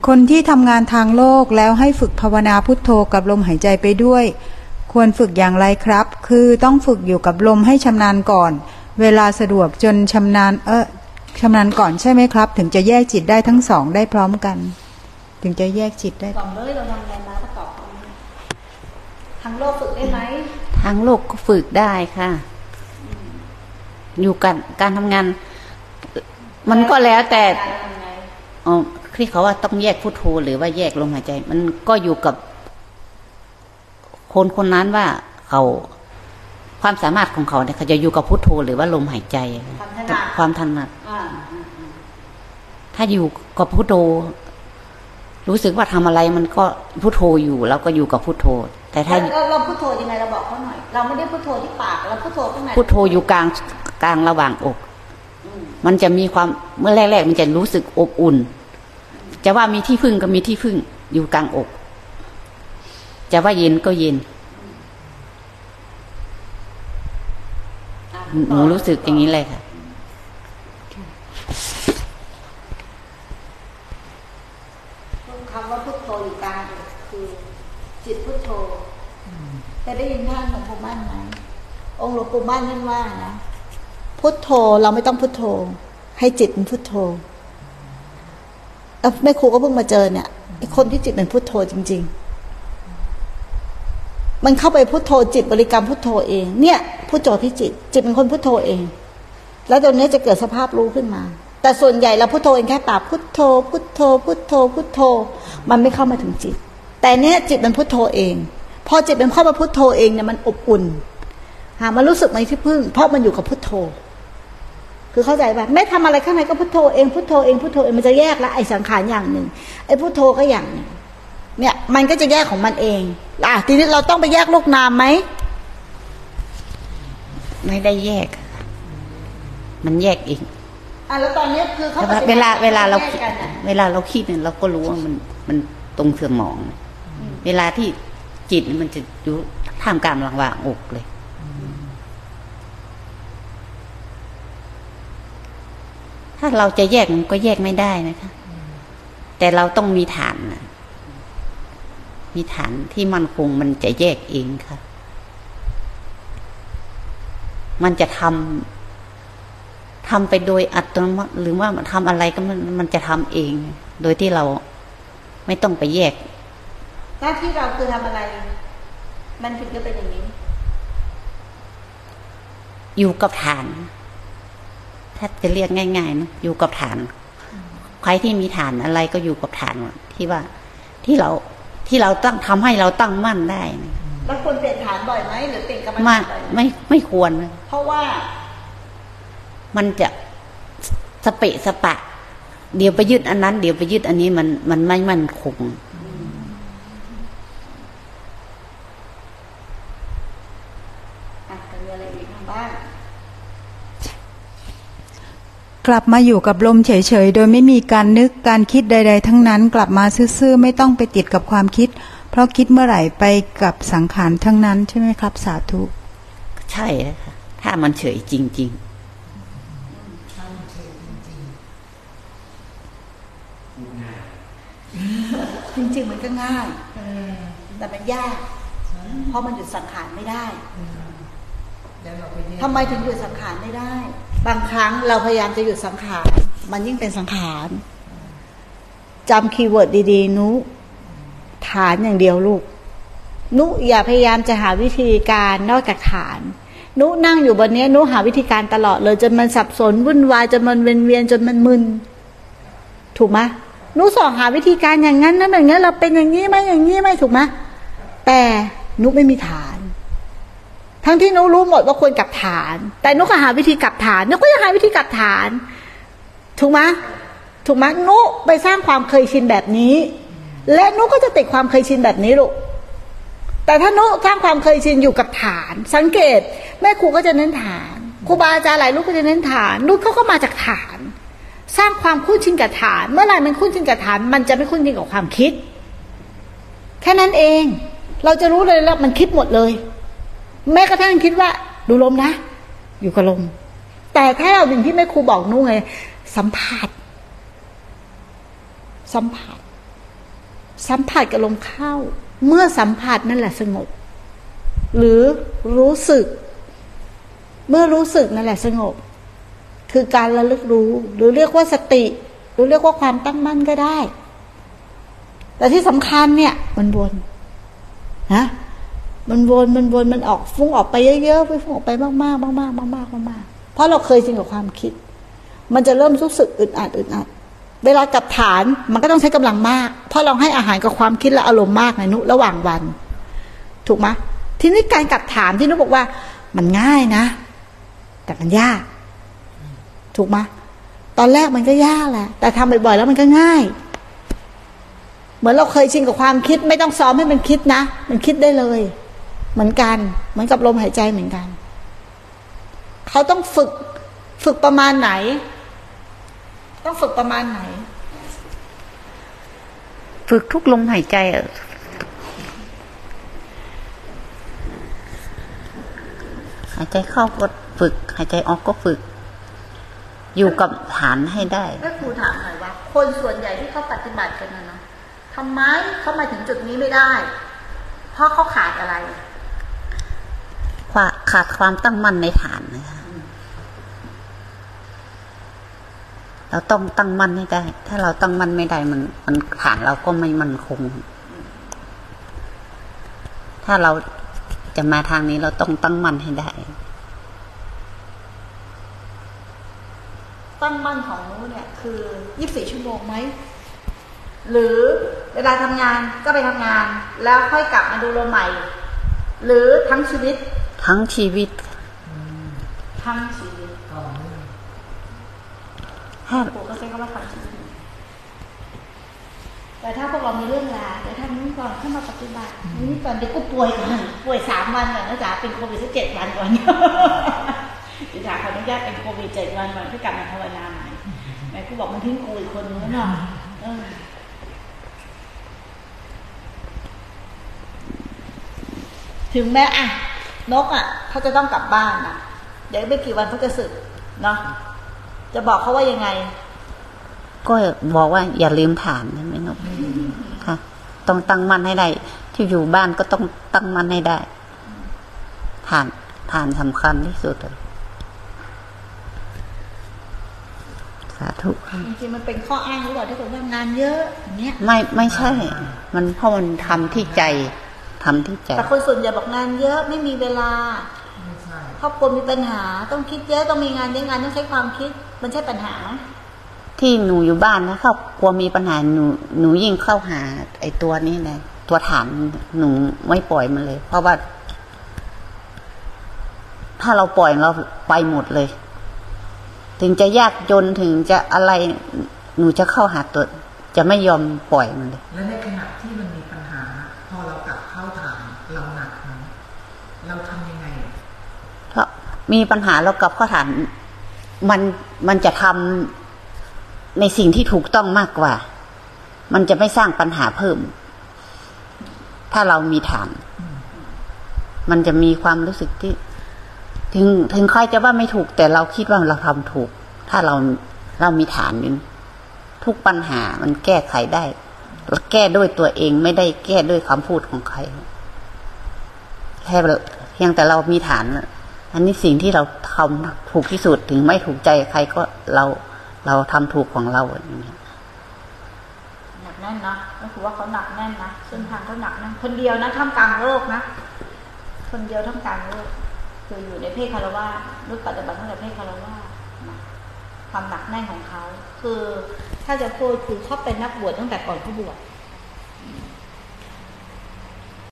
คนที่ทำงานทางโลกแล้วให้ฝึกภาวนาพุทโธกับลมหายใจไปด้วยควรฝึกอย่างไรครับคือต้องฝึกอยู่กับลมให้ชำนาญก่อนเวลาสะดวกจนชำนาญก่อนใช่ไหมครับถึงจะแยกจิตได้ทั้งสองได้พร้อมกันถึงจะแยกจิตได้ก่อนเลยเราทำงานมาประกอบทางโลกฝึกได้ไหมทางโลกก็ฝึกได้ค่ะอยู่กันการทำงานมันก็แล้วแต่ที่เขาว่าต้องแยกพุทโธหรือว่าแยกลมหายใจมันก็อยู่กับคนคนนั้นว่าเขาความสามารถของเขาเนี่ยเขาจะอยู่กับพุทโธหรือว่าลมหายใจความถนัดถ้าอยู่กับพุทโธรู้สึกว่าทำอะไรมันก็พุทโธอยู่แล้วก็อยู่กับพุทโธแต่ถ้าเราพุทโธยังไงเราบอกเขาหน่อยเราไม่ได้พุทโธที่ปากเราพุทโธข้างในพุทโธอยู่กลางระหว่างอกมันจะมีความเมื่อแรกๆมันจะรู้สึกอบอุ่นจะว่ามีที่พึ่งก็มีที่พึ่งอยู่กลางอกจะว่าเย็นก็เย็นหนูรู้สึกอย่างนี้เลยค่ะคำว่าพุทโธอยู่กลางคือจิตพุทโธแต่ได้ยินท่านหลวงปู่มั่นไหมองค์หลวงปู่มั่นท่านว่านะพุทโธเราไม่ต้องพุทโธให้จิตเป็นพุทโธแม่ครูก็เพิ่งมาเจอเนี่ยคนที่จิตเป็นพุทโธจริงๆมันเข้าไปพุทโธจิตบริกรรมพุทโธเองเนี่ยพุทโธที่จิตเป็นคนพุทโธเองแล้วตรงนี้จะเกิดสภาพรู้ขึ้นมาแต่ส่วนใหญ่เราพุทโธเองแค่ปากพุทโธพุทโธพุทโธพุทโธมันไม่เข้ามาถึงจิตแต่เนี้ยจิตมันพุทโธเองพอจิตมันเข้ามาพุทโธเองเนี่ยมันอบอุ่นมันรู้สึกไหมที่พึ่งเพราะมันอยู่กับพุทโธคือเข้าใจป่ะไม่ทำอะไรข้างในก็พุทโธเองพุทโธเองพุทโธเองมันจะแยกละไอ้สังขารอย่างหนึ่งไอ้พุทโธก็อย่างหนึ่งเนี่ยมันก็จะแยกของมันเองทีนี้เราต้องไปแยกลูกนามไหมไม่ได้แยกมันแยกเองแล้วตอนนี้คือเขาเวลาเราคิดเนี่ยเราก็รู้ว่ามันตรงสมองเวลาที่จิตมันจะอยู่ท่ามกลางระหว่างอกเลยถ้าเราจะแยกมันก็แยกไม่ได้นะคะแต่เราต้องมีฐานมีฐานที่มั่นคงมันจะแยกเองค่ะมันจะทำไปโดยอัตโนมัติหรือว่าทำอะไรก็มันจะทำเองโดยที่เราไม่ต้องไปแยกหน้าที่เราคือทำอะไรมันถึงจะเป็นอย่างนี้อยู่กับฐานถ้าจะเรียกง่ายๆนะอยู่กับฐานใครที่มีฐานอะไรก็อยู่กับฐานที่ว่าที่เราตั้งทำให้เราตั้งมั่นได้แล้วควรเปลี่ยนฐานบ่อยไหมหรือเปลี่ยนกรรมฐานบ่อยไม่ควรเพราะว่ามันจะสเปะสปะเดี๋ยวไปยึดอันนั้นเดี๋ยวไปยึดอันนี้มันไม่มั่นคงมีอะไรอีกบ้างกลับมาอยู่กับลมเฉยๆโดยไม่มีการนึกการคิดใดๆทั้งนั้นกลับมาซื่อๆไม่ต้องไปติดกับความคิดเพราะคิดเมื่อไหร่ไปกับสังขารทั้งนั้นใช่ไหมครับสาธุใช่ค่ะถ้ามันเฉยจริงๆจริงๆมันก็ง่ายแต่มันยากเพราะมันหยุดสังขารไม่ได้ทำไมถึงหยุดสังขารไม่ได้บางครั้งเราพยายามจะหยุดสังขารมันยิ่งเป็นสังขารจำคีย์เวิร์ดดีๆนุฐานอย่างเดียวลูกนุอย่าพยายามจะหาวิธีการนอกจากฐานนุนั่งอยู่บนนี้นุหาวิธีการตลอดเลยจนมันสับสนวุ่นวายจนมันเวียนจนมันมึนถูกไหมนุสอนหาวิธีการอย่างนั้นอย่างนี้เราเป็นอย่างนี้ไหมอย่างนี้ไหมถูกไหมแต่นุไม่มีฐานทั้งที่นุรู้หมดว่าควรกลับฐานแต่นุก็หาวิธีกลับฐานนุก็ยังหาวิธีกลับฐานถูกไหมนุไปสร้างความเคยชินแบบนี้และนุก็จะติดความเคยชินแบบนี้ลูกแต่ถ้านุสร้างความเคยชินอยู่กับฐานสังเกตแม่ครูก็จะเน้นฐานครูบาอาจารย์หลายลูกก็จะเน้นฐานนุเขาก็มาจากฐานสร้างความคุ้นชินกับฐานเมื่อไหร่มันคุ้นชินกับฐานมันจะไม่คุ้นชินกับความคิดแค่นั้นเองเราจะรู้เลยแล้วมันคิดหมดเลยแม้กระทั่งคิดว่าดูลมนะอยู่กับลมแต่ถ้าเราหนึ่งที่แม่ครูบอกนุ้งไงสัมผัสสัมผัสกับลมเข้าเมื่อสัมผัสนั่นแหละสงบหรือรู้สึกเมื่อรู้สึกนั่นแหละสงบคือการระลึกรู้หรือเรียกว่าสติหรือเรียกว่าความตั้งมั่นก็ได้แต่ที่สำคัญเนี่ยมันวนนะมันวนมันออกฟุ้งออกไปเยอะๆไปฟุ้งออกไปมากๆเพราะเราเคยชินกับความคิดมันจะเริ่มรู้สึกอึดอัดเวลากลับฐานมันก็ต้องใช้กำลังมากเพราะเราให้อาหารกับความคิดและอารมณ์มากในนุระหว่างวันถูกไหมทีนี้การกลับฐานที่นุบอกว่ามันง่ายนะแต่มันยากถูกไหมตอนแรกมันก็ยากแหละแต่ทำบ่อยๆแล้วมันก็ง่ายเหมือนเราเคยชินกับความคิดไม่ต้องซ้อมให้มันคิดนะมันคิดได้เลยเหมือนกันเหมือนกับลมหายใจเหมือนกันเขาต้องฝึกประมาณไหนต้องฝึกประมาณไหนฝึกทุกลมหายใจหายใจเข้าก็ฝึกหายใจออกก็ฝึกอยู่กับฐานให้ได้แม่ครูถามหน่อยว่าคนส่วนใหญ่ที่เขาปฏิบัติกันนะทำไมเขามาถึงจุดนี้ไม่ได้เพราะเขาขาดอะไรขาดความตั้งมั่นในฐานนะคะเราต้องตั้งมั่นให้ได้ถ้าเราตั้งมั่นไม่ได้มันฐานเราก็ไม่มั่นคงถ้าเราจะมาทางนี้เราต้องตั้งมั่นให้ได้ตั้งมั่นของนู้เนี่ยคือ24 ชั่วโมงไหมหรือเวลาทำงานก็ไปทำงานแล้วค่อยกลับมาดูลมใหม่หรือทั้งชีวิตทั้งชีวิตถ้าปู่ก็ใช้คำว่าทั้งชีวิตแต่ถ้าพวกเรามีเรื่องราวเดี๋ยวทำนี้ก่อนเข้ามาปฏิบัตินี้ก่อนเดี๋ยวก็ป่วยก่อนป่วย3 วันก่อนนะจ๊ะเป็นโควิดสัก7 วันก่อนเดี๋ยวขออนุญาตเป็นโควิด7 วันก่อนเพื่อกลับมาภาวนาใหม่แม่กูบอกมันทิ้งกูอีกคนนึงแล้วเนาะถึงแม้นกเขาจะต้องกลับบ้านนะเดี๋ยวไม่กี่วันเขาจะสึกเนาะจะบอกเขาว่ายังไงก็บอกว่าอย่าลืมฐานนะแม่นกค่ะต้องตั้งมั่นให้ได้ที่อยู่บ้านก็ต้องตั้งมั่นให้ได้ฐานสำคัญที่สุดเลยสาธุจริงๆมันเป็นข้ออ้างหรือเปล่าที่คนทำงานเยอะอย่างเงี้ยไม่ใช่มันเพราะมันทำที่ใจแต่คนส่วนใหญ่บอกงานเยอะไม่มีเวลาครอบครัวมีปัญหาต้องคิดเยอะต้องมีงานเยอะงานต้องใช้ความคิดมันใช่ปัญหาที่หนูอยู่บ้านนะครอบครัวมีปัญหาหนูยิ่งเข้าหาไอ้ตัวนี้เลยตัวฐานหนูไม่ปล่อยมันเลยเพราะว่าถ้าเราปล่อยเราไปหมดเลยถึงจะยากจนถึงจะอะไรหนูจะเข้าหาตัวจะไม่ยอมปล่อยมันเลยและในขณะที่มันมีปัญหาพอเรากลับเข้าฐานเราหนักนะเราทำยังไงเพราะมีปัญหาเรากลับเข้าฐานมันจะทำในสิ่งที่ถูกต้องมากกว่ามันจะไม่สร้างปัญหาเพิ่มถ้าเรามีฐานมันจะมีความรู้สึกที่ถึงใครจะว่าไม่ถูกแต่เราคิดว่าเราทำถูกถ้าเรามีฐานนี้ทุกปัญหามันแก้ไขได้แก้ด้วยตัวเองไม่ได้แก้ด้วยคำพูดของใครแค่เพียงแต่เรามีฐานอันนี้สิ่งที่เราทำถูกที่สุดถึงไม่ถูกใจใครก็เราทำถูกของเราอย่างนี้หนักแน่นนะก็คือว่าเขาหนักแน่นนะเส้นทางเขาหนักแน่นคนเดียวนะท่ามกลางโลกนะคนเดียวท่ามกลางโลกคืออยู่ในเพศคารวะรุ่นปฏิบัติตั้งแต่เพศคารวะความหนักแน่นของเขาคือถ้าจะพูดคือเขาเป็นนักบวชตั้งแต่ก่อนเขาบวช